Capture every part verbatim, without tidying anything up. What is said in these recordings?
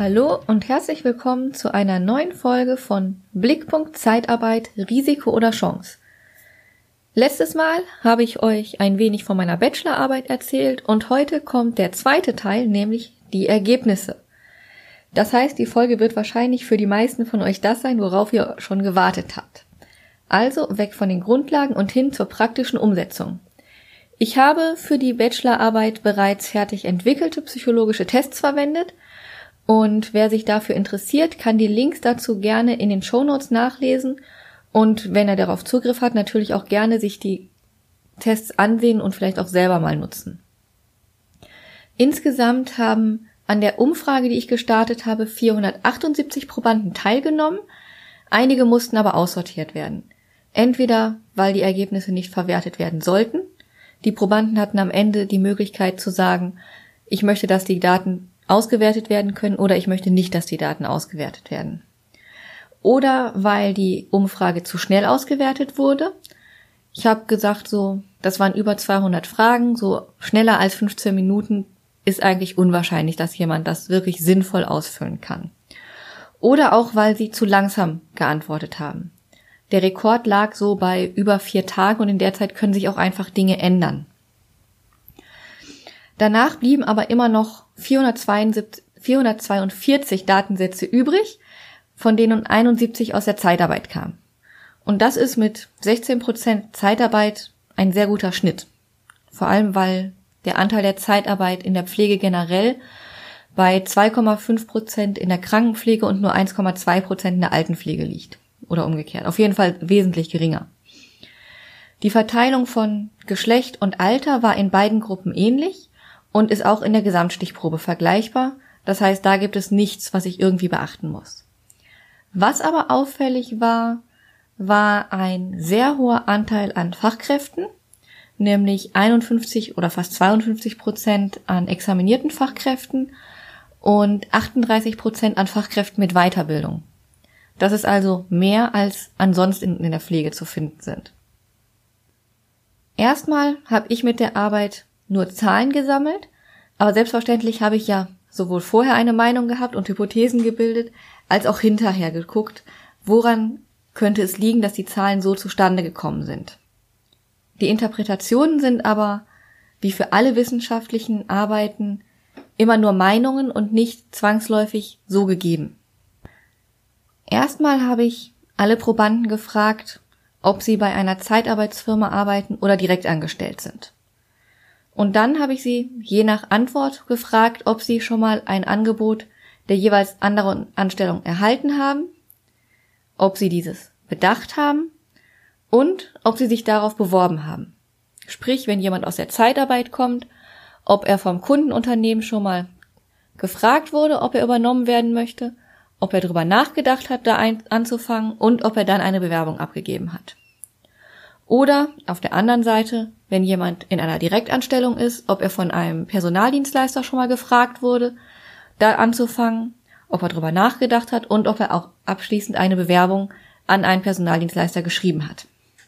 Hallo und herzlich willkommen zu einer neuen Folge von Blickpunkt Zeitarbeit, Risiko oder Chance. Letztes Mal habe ich euch ein wenig von meiner Bachelorarbeit erzählt und heute kommt der zweite Teil, nämlich die Ergebnisse. Das heißt, die Folge wird wahrscheinlich für die meisten von euch das sein, worauf ihr schon gewartet habt. Also weg von den Grundlagen und hin zur praktischen Umsetzung. Ich habe für die Bachelorarbeit bereits fertig entwickelte psychologische Tests verwendet und wer sich dafür interessiert, kann die Links dazu gerne in den Shownotes nachlesen und wenn er darauf Zugriff hat, natürlich auch gerne sich die Tests ansehen und vielleicht auch selber mal nutzen. Insgesamt haben an der Umfrage, die ich gestartet habe, vierhundertachtundsiebzig Probanden teilgenommen. Einige mussten aber aussortiert werden. Entweder, weil die Ergebnisse nicht verwertet werden sollten. Die Probanden hatten am Ende die Möglichkeit zu sagen, ich möchte, dass die Daten ausgewertet werden können oder ich möchte nicht, dass die Daten ausgewertet werden. Oder weil die Umfrage zu schnell ausgewertet wurde. Ich habe gesagt, so, das waren über zweihundert Fragen, so schneller als fünfzehn Minuten ist eigentlich unwahrscheinlich, dass jemand das wirklich sinnvoll ausfüllen kann. Oder auch, weil sie zu langsam geantwortet haben. Der Rekord lag so bei über vier Tagen und in der Zeit können sich auch einfach Dinge ändern. Danach blieben aber immer noch vierhundertzweiundvierzig Datensätze übrig, von denen einundsiebzig aus der Zeitarbeit kamen. Und das ist mit sechzehn Prozent Zeitarbeit ein sehr guter Schnitt. Vor allem, weil der Anteil der Zeitarbeit in der Pflege generell bei zwei Komma fünf Prozent in der Krankenpflege und nur eins Komma zwei Prozent in der Altenpflege liegt. Oder umgekehrt. Auf jeden Fall wesentlich geringer. Die Verteilung von Geschlecht und Alter war in beiden Gruppen ähnlich und ist auch in der Gesamtstichprobe vergleichbar. Das heißt, da gibt es nichts, was ich irgendwie beachten muss. Was aber auffällig war, war ein sehr hoher Anteil an Fachkräften, nämlich einundfünfzig oder fast zweiundfünfzig Prozent an examinierten Fachkräften und achtunddreißig Prozent an Fachkräften mit Weiterbildung. Das ist also mehr, als ansonsten in der Pflege zu finden sind. Erstmal habe ich mit der Arbeit nur Zahlen gesammelt, aber selbstverständlich habe ich ja sowohl vorher eine Meinung gehabt und Hypothesen gebildet, als auch hinterher geguckt, woran könnte es liegen, dass die Zahlen so zustande gekommen sind. Die Interpretationen sind aber, wie für alle wissenschaftlichen Arbeiten, immer nur Meinungen und nicht zwangsläufig so gegeben. Erstmal habe ich alle Probanden gefragt, ob sie bei einer Zeitarbeitsfirma arbeiten oder direkt angestellt sind. Und dann habe ich sie je nach Antwort gefragt, ob sie schon mal ein Angebot der jeweils anderen Anstellung erhalten haben, ob sie dieses bedacht haben und ob sie sich darauf beworben haben. Sprich, wenn jemand aus der Zeitarbeit kommt, ob er vom Kundenunternehmen schon mal gefragt wurde, ob er übernommen werden möchte, ob er darüber nachgedacht hat, da ein, anzufangen und ob er dann eine Bewerbung abgegeben hat. Oder auf der anderen Seite, wenn jemand in einer Direktanstellung ist, ob er von einem Personaldienstleister schon mal gefragt wurde, da anzufangen, ob er darüber nachgedacht hat und ob er auch abschließend eine Bewerbung an einen Personaldienstleister geschrieben hat.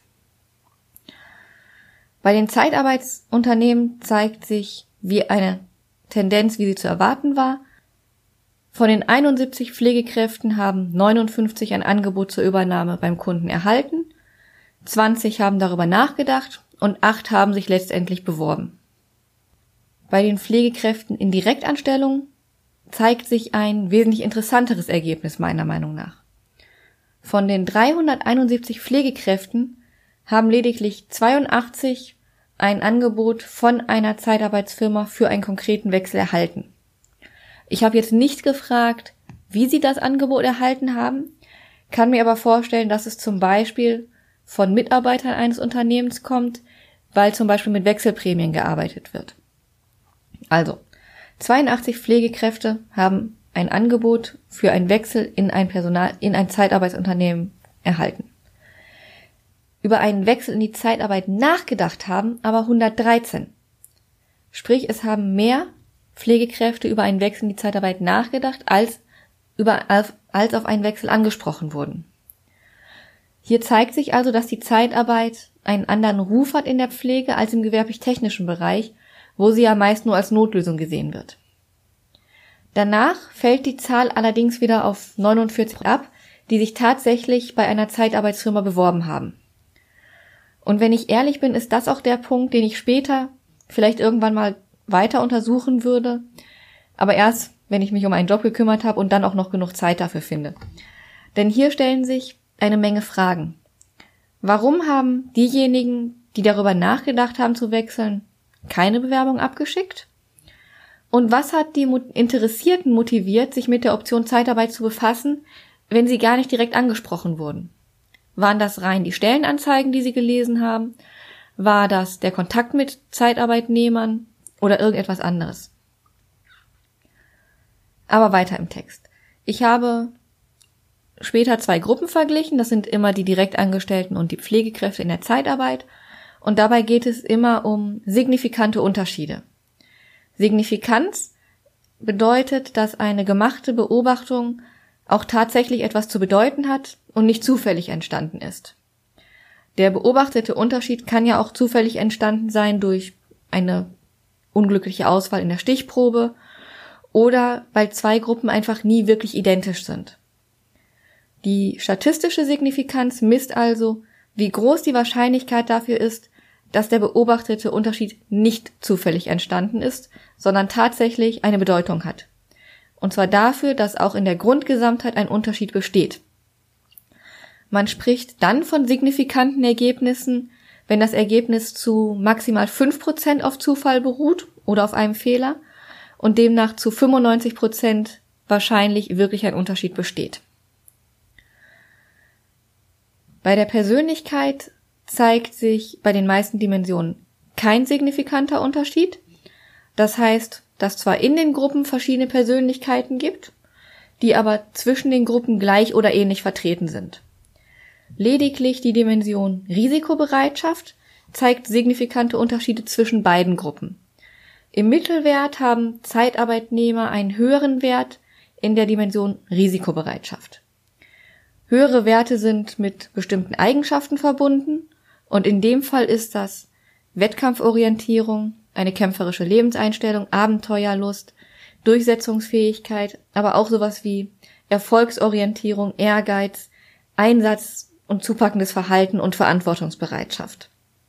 Bei den Zeitarbeitsunternehmen zeigt sich wie eine Tendenz, wie sie zu erwarten war. Von den einundsiebzig Pflegekräften haben neunundfünfzig ein Angebot zur Übernahme beim Kunden erhalten, zwanzig haben darüber nachgedacht und acht haben sich letztendlich beworben. Bei den Pflegekräften in Direktanstellung zeigt sich ein wesentlich interessanteres Ergebnis meiner Meinung nach. Von den dreihunderteinundsiebzig Pflegekräften haben lediglich zweiundachtzig ein Angebot von einer Zeitarbeitsfirma für einen konkreten Wechsel erhalten. Ich habe jetzt nicht gefragt, wie sie das Angebot erhalten haben, kann mir aber vorstellen, dass es zum Beispiel von Mitarbeitern eines Unternehmens kommt, weil zum Beispiel mit Wechselprämien gearbeitet wird. Also, zweiundachtzig Pflegekräfte haben ein Angebot für einen Wechsel in ein Personal, in ein Zeitarbeitsunternehmen erhalten. Über einen Wechsel in die Zeitarbeit nachgedacht haben aber hundertdreizehn. Sprich, es haben mehr Pflegekräfte über einen Wechsel in die Zeitarbeit nachgedacht, als über, als auf einen Wechsel angesprochen wurden. Hier zeigt sich also, dass die Zeitarbeit einen anderen Ruf hat in der Pflege als im gewerblich-technischen Bereich, wo sie ja meist nur als Notlösung gesehen wird. Danach fällt die Zahl allerdings wieder auf neunundvierzig ab, die sich tatsächlich bei einer Zeitarbeitsfirma beworben haben. Und wenn ich ehrlich bin, ist das auch der Punkt, den ich später vielleicht irgendwann mal weiter untersuchen würde, aber erst, wenn ich mich um einen Job gekümmert habe und dann auch noch genug Zeit dafür finde. Denn hier stellen sich eine Menge Fragen. Warum haben diejenigen, die darüber nachgedacht haben zu wechseln, keine Bewerbung abgeschickt? Und was hat die Interessierten motiviert, sich mit der Option Zeitarbeit zu befassen, wenn sie gar nicht direkt angesprochen wurden? Waren das rein die Stellenanzeigen, die sie gelesen haben? War das der Kontakt mit Zeitarbeitnehmern oder irgendetwas anderes? Aber weiter im Text. Ich habe später zwei Gruppen verglichen. Das sind immer die Direktangestellten und die Pflegekräfte in der Zeitarbeit. Und dabei geht es immer um signifikante Unterschiede. Signifikanz bedeutet, dass eine gemachte Beobachtung auch tatsächlich etwas zu bedeuten hat und nicht zufällig entstanden ist. Der beobachtete Unterschied kann ja auch zufällig entstanden sein durch eine unglückliche Auswahl in der Stichprobe oder weil zwei Gruppen einfach nie wirklich identisch sind. Die statistische Signifikanz misst also, wie groß die Wahrscheinlichkeit dafür ist, dass der beobachtete Unterschied nicht zufällig entstanden ist, sondern tatsächlich eine Bedeutung hat. Und zwar dafür, dass auch in der Grundgesamtheit ein Unterschied besteht. Man spricht dann von signifikanten Ergebnissen, wenn das Ergebnis zu maximal fünf Prozent auf Zufall beruht oder auf einem Fehler und demnach zu fünfundneunzig Prozent wahrscheinlich wirklich ein Unterschied besteht. Bei der Persönlichkeit zeigt sich bei den meisten Dimensionen kein signifikanter Unterschied. Das heißt, dass zwar in den Gruppen verschiedene Persönlichkeiten gibt, die aber zwischen den Gruppen gleich oder ähnlich vertreten sind. Lediglich die Dimension Risikobereitschaft zeigt signifikante Unterschiede zwischen beiden Gruppen. Im Mittelwert haben Zeitarbeitnehmer einen höheren Wert in der Dimension Risikobereitschaft. Höhere Werte sind mit bestimmten Eigenschaften verbunden und in dem Fall ist das Wettkampforientierung, eine kämpferische Lebenseinstellung, Abenteuerlust, Durchsetzungsfähigkeit, aber auch sowas wie Erfolgsorientierung, Ehrgeiz, Einsatz und zupackendes Verhalten und Verantwortungsbereitschaft.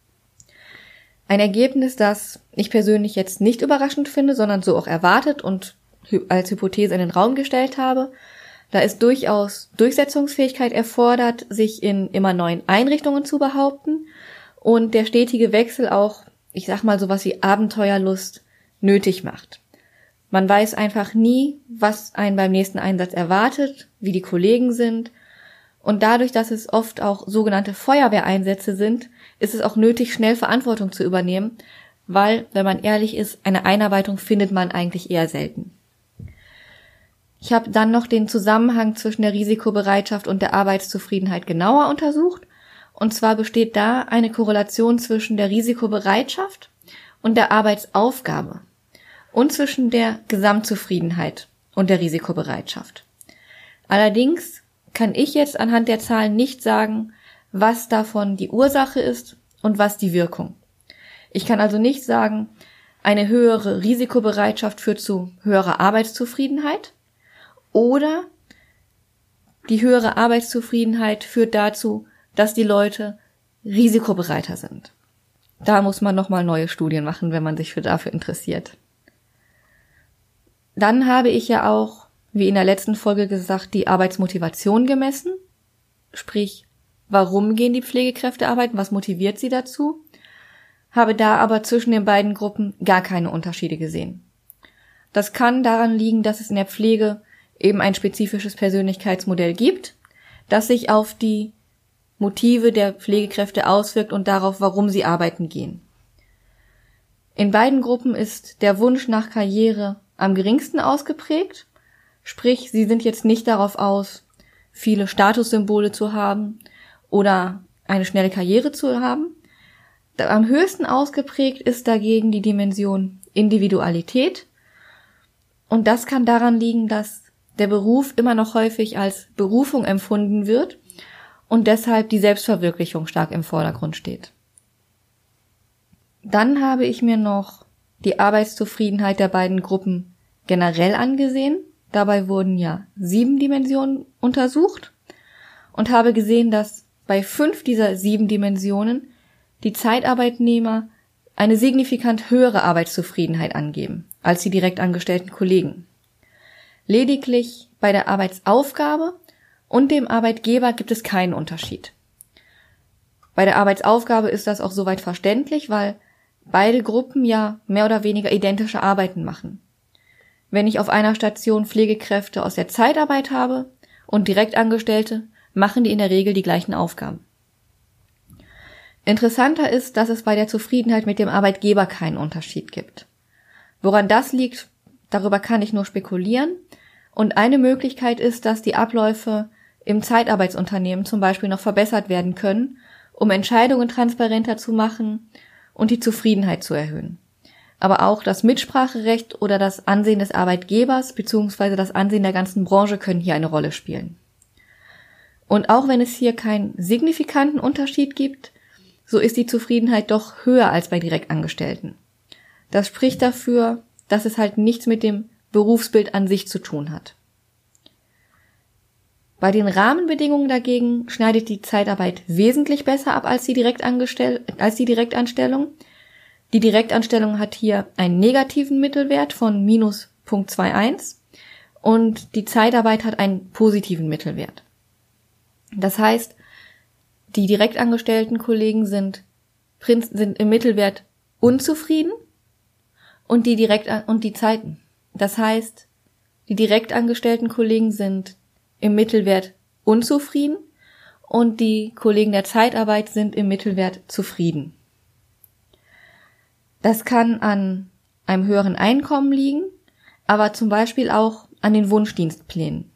Ein Ergebnis, das ich persönlich jetzt nicht überraschend finde, sondern so auch erwartet und als Hypothese in den Raum gestellt habe. Da ist durchaus Durchsetzungsfähigkeit erfordert, sich in immer neuen Einrichtungen zu behaupten und der stetige Wechsel auch, ich sag mal sowas wie Abenteuerlust, nötig macht. Man weiß einfach nie, was einen beim nächsten Einsatz erwartet, wie die Kollegen sind und dadurch, dass es oft auch sogenannte Feuerwehreinsätze sind, ist es auch nötig, schnell Verantwortung zu übernehmen, weil, wenn man ehrlich ist, eine Einarbeitung findet man eigentlich eher selten. Ich habe dann noch den Zusammenhang zwischen der Risikobereitschaft und der Arbeitszufriedenheit genauer untersucht. Und zwar besteht da eine Korrelation zwischen der Risikobereitschaft und der Arbeitsaufgabe und zwischen der Gesamtzufriedenheit und der Risikobereitschaft. Allerdings kann ich jetzt anhand der Zahlen nicht sagen, was davon die Ursache ist und was die Wirkung. Ich kann also nicht sagen, eine höhere Risikobereitschaft führt zu höherer Arbeitszufriedenheit oder die höhere Arbeitszufriedenheit führt dazu, dass die Leute risikobereiter sind. Da muss man nochmal neue Studien machen, wenn man sich für dafür interessiert. Dann habe ich ja auch, wie in der letzten Folge gesagt, die Arbeitsmotivation gemessen. Sprich, warum gehen die Pflegekräfte arbeiten, was motiviert sie dazu? Habe da aber zwischen den beiden Gruppen gar keine Unterschiede gesehen. Das kann daran liegen, dass es in der Pflege eben ein spezifisches Persönlichkeitsmodell gibt, das sich auf die Motive der Pflegekräfte auswirkt und darauf, warum sie arbeiten gehen. In beiden Gruppen ist der Wunsch nach Karriere am geringsten ausgeprägt, sprich, sie sind jetzt nicht darauf aus, viele Statussymbole zu haben oder eine schnelle Karriere zu haben. Am höchsten ausgeprägt ist dagegen die Dimension Individualität und das kann daran liegen, dass der Beruf immer noch häufig als Berufung empfunden wird und deshalb die Selbstverwirklichung stark im Vordergrund steht. Dann habe ich mir noch die Arbeitszufriedenheit der beiden Gruppen generell angesehen. Dabei wurden ja sieben Dimensionen untersucht und habe gesehen, dass bei fünf dieser sieben Dimensionen die Zeitarbeitnehmer eine signifikant höhere Arbeitszufriedenheit angeben als die direkt angestellten Kollegen. Lediglich bei der Arbeitsaufgabe und dem Arbeitgeber gibt es keinen Unterschied. Bei der Arbeitsaufgabe ist das auch soweit verständlich, weil beide Gruppen ja mehr oder weniger identische Arbeiten machen. Wenn ich auf einer Station Pflegekräfte aus der Zeitarbeit habe und Direktangestellte, machen die in der Regel die gleichen Aufgaben. Interessanter ist, dass es bei der Zufriedenheit mit dem Arbeitgeber keinen Unterschied gibt. Woran das liegt, darüber kann ich nur spekulieren. Und eine Möglichkeit ist, dass die Abläufe im Zeitarbeitsunternehmen zum Beispiel noch verbessert werden können, um Entscheidungen transparenter zu machen und die Zufriedenheit zu erhöhen. Aber auch das Mitspracherecht oder das Ansehen des Arbeitgebers bzw. das Ansehen der ganzen Branche können hier eine Rolle spielen. Und auch wenn es hier keinen signifikanten Unterschied gibt, so ist die Zufriedenheit doch höher als bei Direktangestellten. Das spricht dafür, dass es halt nichts mit dem Berufsbild an sich zu tun hat. Bei den Rahmenbedingungen dagegen schneidet die Zeitarbeit wesentlich besser ab als die Direktangestell- als die Direktanstellung. Die Direktanstellung hat hier einen negativen Mittelwert von minus null Komma einundzwanzig und die Zeitarbeit hat einen positiven Mittelwert. Das heißt, die direktangestellten Kollegen sind, sind im Mittelwert unzufrieden und die direkt und die Zeiten. Das heißt, die direktangestellten Kollegen sind im Mittelwert unzufrieden und die Kollegen der Zeitarbeit sind im Mittelwert zufrieden. Das kann an einem höheren Einkommen liegen, aber zum Beispiel auch an den Wunschdienstplänen.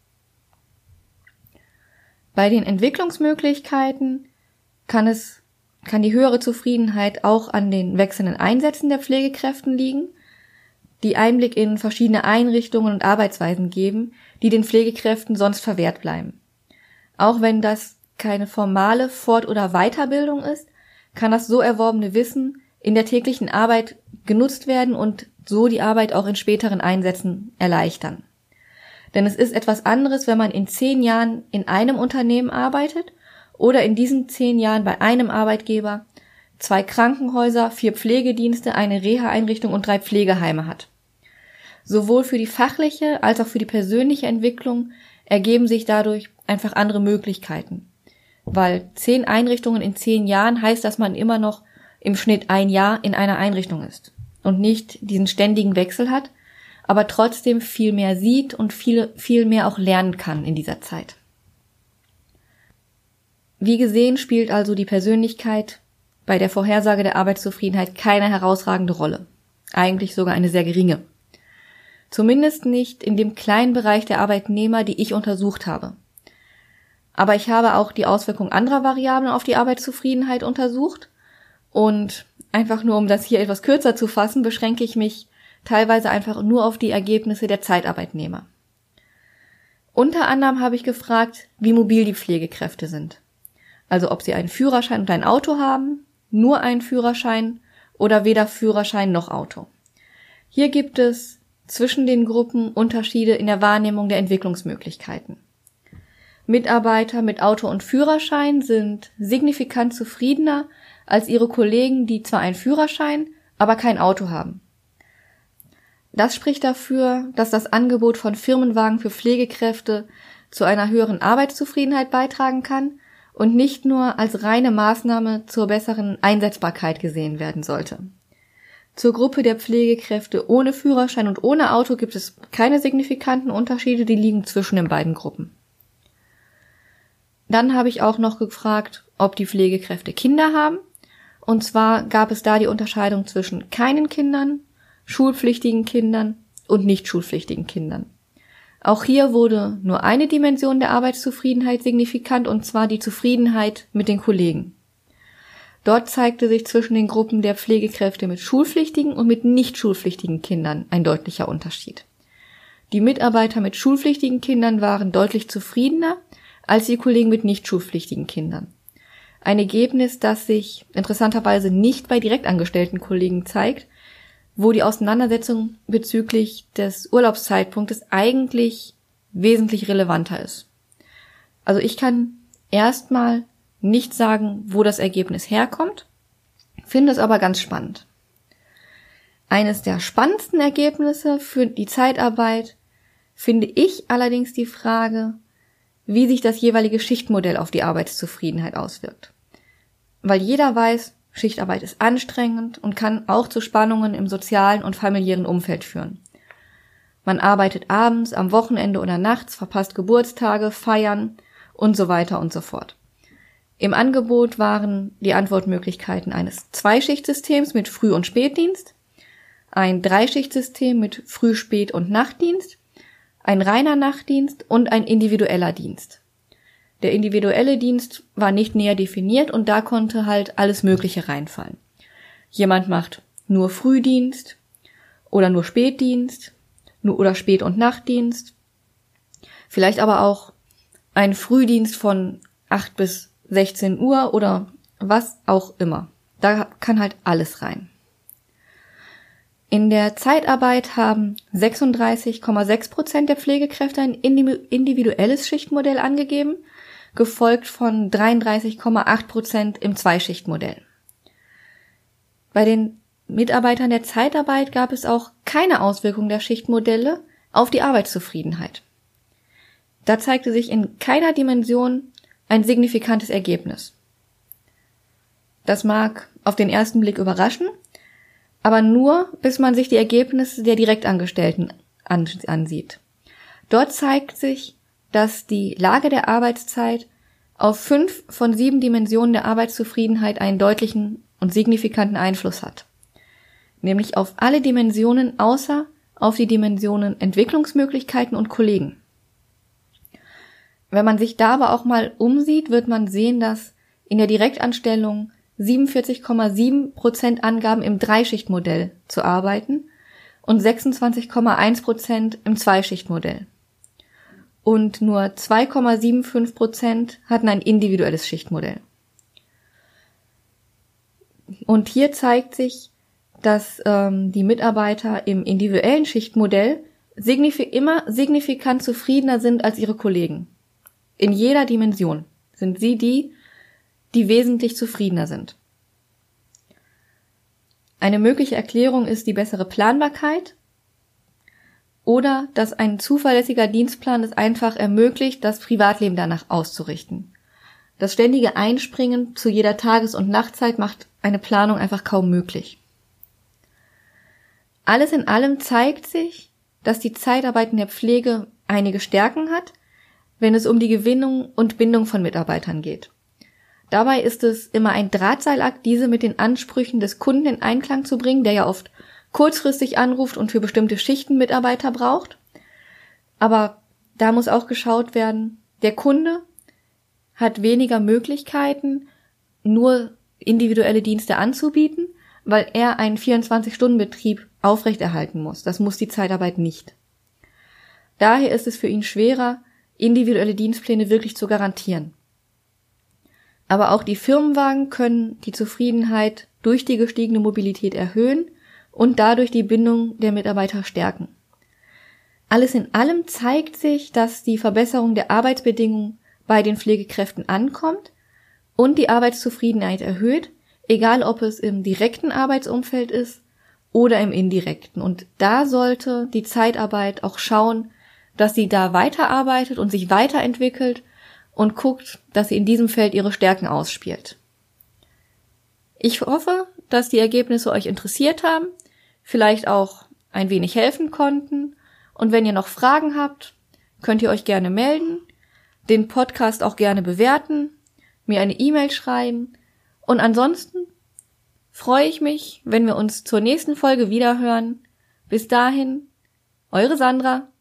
Bei den Entwicklungsmöglichkeiten kann es, kann die höhere Zufriedenheit auch an den wechselnden Einsätzen der Pflegekräften liegen, die Einblick in verschiedene Einrichtungen und Arbeitsweisen geben, die den Pflegekräften sonst verwehrt bleiben. Auch wenn das keine formale Fort- oder Weiterbildung ist, kann das so erworbene Wissen in der täglichen Arbeit genutzt werden und so die Arbeit auch in späteren Einsätzen erleichtern. Denn es ist etwas anderes, wenn man in zehn Jahren in einem Unternehmen arbeitet oder in diesen zehn Jahren bei einem Arbeitgeber zwei Krankenhäuser, vier Pflegedienste, eine Reha-Einrichtung und drei Pflegeheime hat. Sowohl für die fachliche als auch für die persönliche Entwicklung ergeben sich dadurch einfach andere Möglichkeiten. Weil zehn Einrichtungen in zehn Jahren heißt, dass man immer noch im Schnitt ein Jahr in einer Einrichtung ist und nicht diesen ständigen Wechsel hat, aber trotzdem viel mehr sieht und viel, viel mehr auch lernen kann in dieser Zeit. Wie gesehen spielt also die Persönlichkeit bei der Vorhersage der Arbeitszufriedenheit keine herausragende Rolle. Eigentlich sogar eine sehr geringe. Zumindest nicht in dem kleinen Bereich der Arbeitnehmer, die ich untersucht habe. Aber ich habe auch die Auswirkungen anderer Variablen auf die Arbeitszufriedenheit untersucht und einfach nur, um das hier etwas kürzer zu fassen, beschränke ich mich teilweise einfach nur auf die Ergebnisse der Zeitarbeitnehmer. Unter anderem habe ich gefragt, wie mobil die Pflegekräfte sind. Also ob sie einen Führerschein und ein Auto haben, nur einen Führerschein oder weder Führerschein noch Auto. Hier gibt es zwischen den Gruppen Unterschiede in der Wahrnehmung der Entwicklungsmöglichkeiten. Mitarbeiter mit Auto und Führerschein sind signifikant zufriedener als ihre Kollegen, die zwar einen Führerschein, aber kein Auto haben. Das spricht dafür, dass das Angebot von Firmenwagen für Pflegekräfte zu einer höheren Arbeitszufriedenheit beitragen kann und nicht nur als reine Maßnahme zur besseren Einsetzbarkeit gesehen werden sollte. Zur Gruppe der Pflegekräfte ohne Führerschein und ohne Auto gibt es keine signifikanten Unterschiede, die liegen zwischen den beiden Gruppen. Dann habe ich auch noch gefragt, ob die Pflegekräfte Kinder haben. Und zwar gab es da die Unterscheidung zwischen keinen Kindern, schulpflichtigen Kindern und nicht schulpflichtigen Kindern. Auch hier wurde nur eine Dimension der Arbeitszufriedenheit signifikant, und zwar die Zufriedenheit mit den Kollegen. Dort zeigte sich zwischen den Gruppen der Pflegekräfte mit schulpflichtigen und mit nicht schulpflichtigen Kindern ein deutlicher Unterschied. Die Mitarbeiter mit schulpflichtigen Kindern waren deutlich zufriedener als die Kollegen mit nicht schulpflichtigen Kindern. Ein Ergebnis, das sich interessanterweise nicht bei direktangestellten Kollegen zeigt, wo die Auseinandersetzung bezüglich des Urlaubszeitpunktes eigentlich wesentlich relevanter ist. Also ich kann erstmal nicht sagen, wo das Ergebnis herkommt, finde es aber ganz spannend. Eines der spannendsten Ergebnisse für die Zeitarbeit finde ich allerdings die Frage, wie sich das jeweilige Schichtmodell auf die Arbeitszufriedenheit auswirkt. Weil jeder weiß, Schichtarbeit ist anstrengend und kann auch zu Spannungen im sozialen und familiären Umfeld führen. Man arbeitet abends, am Wochenende oder nachts, verpasst Geburtstage, Feiern und so weiter und so fort. Im Angebot waren die Antwortmöglichkeiten eines Zweischichtssystems mit Früh- und Spätdienst, ein Dreischichtsystem mit Früh-, Spät- und Nachtdienst, ein reiner Nachtdienst und ein individueller Dienst. Der individuelle Dienst war nicht näher definiert und da konnte halt alles Mögliche reinfallen. Jemand macht nur Frühdienst oder nur Spätdienst nur oder Spät- und Nachtdienst. Vielleicht aber auch ein Frühdienst von acht bis sechzehn Uhr oder was auch immer. Da kann halt alles rein. In der Zeitarbeit haben sechsunddreißig Komma sechs Prozent der Pflegekräfte ein individuelles Schichtmodell angegeben, gefolgt von dreiunddreißig Komma acht Prozent im Zweischichtmodell. Bei den Mitarbeitern der Zeitarbeit gab es auch keine Auswirkung der Schichtmodelle auf die Arbeitszufriedenheit. Da zeigte sich in keiner Dimension ein signifikantes Ergebnis. Das mag auf den ersten Blick überraschen, aber nur, bis man sich die Ergebnisse der Direktangestellten ansieht. Dort zeigt sich, dass die Lage der Arbeitszeit auf fünf von sieben Dimensionen der Arbeitszufriedenheit einen deutlichen und signifikanten Einfluss hat. Nämlich auf alle Dimensionen außer auf die Dimensionen Entwicklungsmöglichkeiten und Kollegen. Wenn man sich da aber auch mal umsieht, wird man sehen, dass in der Direktanstellung siebenundvierzig Komma sieben Prozent angaben, im Dreischichtmodell zu arbeiten und sechsundzwanzig Komma eins Prozent im Zweischichtmodell. Und nur zwei Komma fünfundsiebzig Prozent hatten ein individuelles Schichtmodell. Und hier zeigt sich, dass ähm, die Mitarbeiter im individuellen Schichtmodell signif- immer signifikant zufriedener sind als ihre Kollegen. In jeder Dimension sind sie die, die wesentlich zufriedener sind. Eine mögliche Erklärung ist die bessere Planbarkeit oder dass ein zuverlässiger Dienstplan es einfach ermöglicht, das Privatleben danach auszurichten. Das ständige Einspringen zu jeder Tages- und Nachtzeit macht eine Planung einfach kaum möglich. Alles in allem zeigt sich, dass die Zeitarbeit in der Pflege einige Stärken hat, wenn es um die Gewinnung und Bindung von Mitarbeitern geht. Dabei ist es immer ein Drahtseilakt, diese mit den Ansprüchen des Kunden in Einklang zu bringen, der ja oft kurzfristig anruft und für bestimmte Schichten Mitarbeiter braucht. Aber da muss auch geschaut werden, der Kunde hat weniger Möglichkeiten, nur individuelle Dienste anzubieten, weil er einen vierundzwanzig-Stunden-Betrieb aufrechterhalten muss. Das muss die Zeitarbeit nicht. Daher ist es für ihn schwerer, individuelle Dienstpläne wirklich zu garantieren. Aber auch die Firmenwagen können die Zufriedenheit durch die gestiegene Mobilität erhöhen und dadurch die Bindung der Mitarbeiter stärken. Alles in allem zeigt sich, dass die Verbesserung der Arbeitsbedingungen bei den Pflegekräften ankommt und die Arbeitszufriedenheit erhöht, egal ob es im direkten Arbeitsumfeld ist oder im indirekten. Und da sollte die Zeitarbeit auch schauen, dass sie da weiterarbeitet und sich weiterentwickelt und guckt, dass sie in diesem Feld ihre Stärken ausspielt. Ich hoffe, dass die Ergebnisse euch interessiert haben, vielleicht auch ein wenig helfen konnten. Und wenn ihr noch Fragen habt, könnt ihr euch gerne melden, den Podcast auch gerne bewerten, mir eine E-Mail schreiben. Und ansonsten freue ich mich, wenn wir uns zur nächsten Folge wiederhören. Bis dahin, eure Sandra.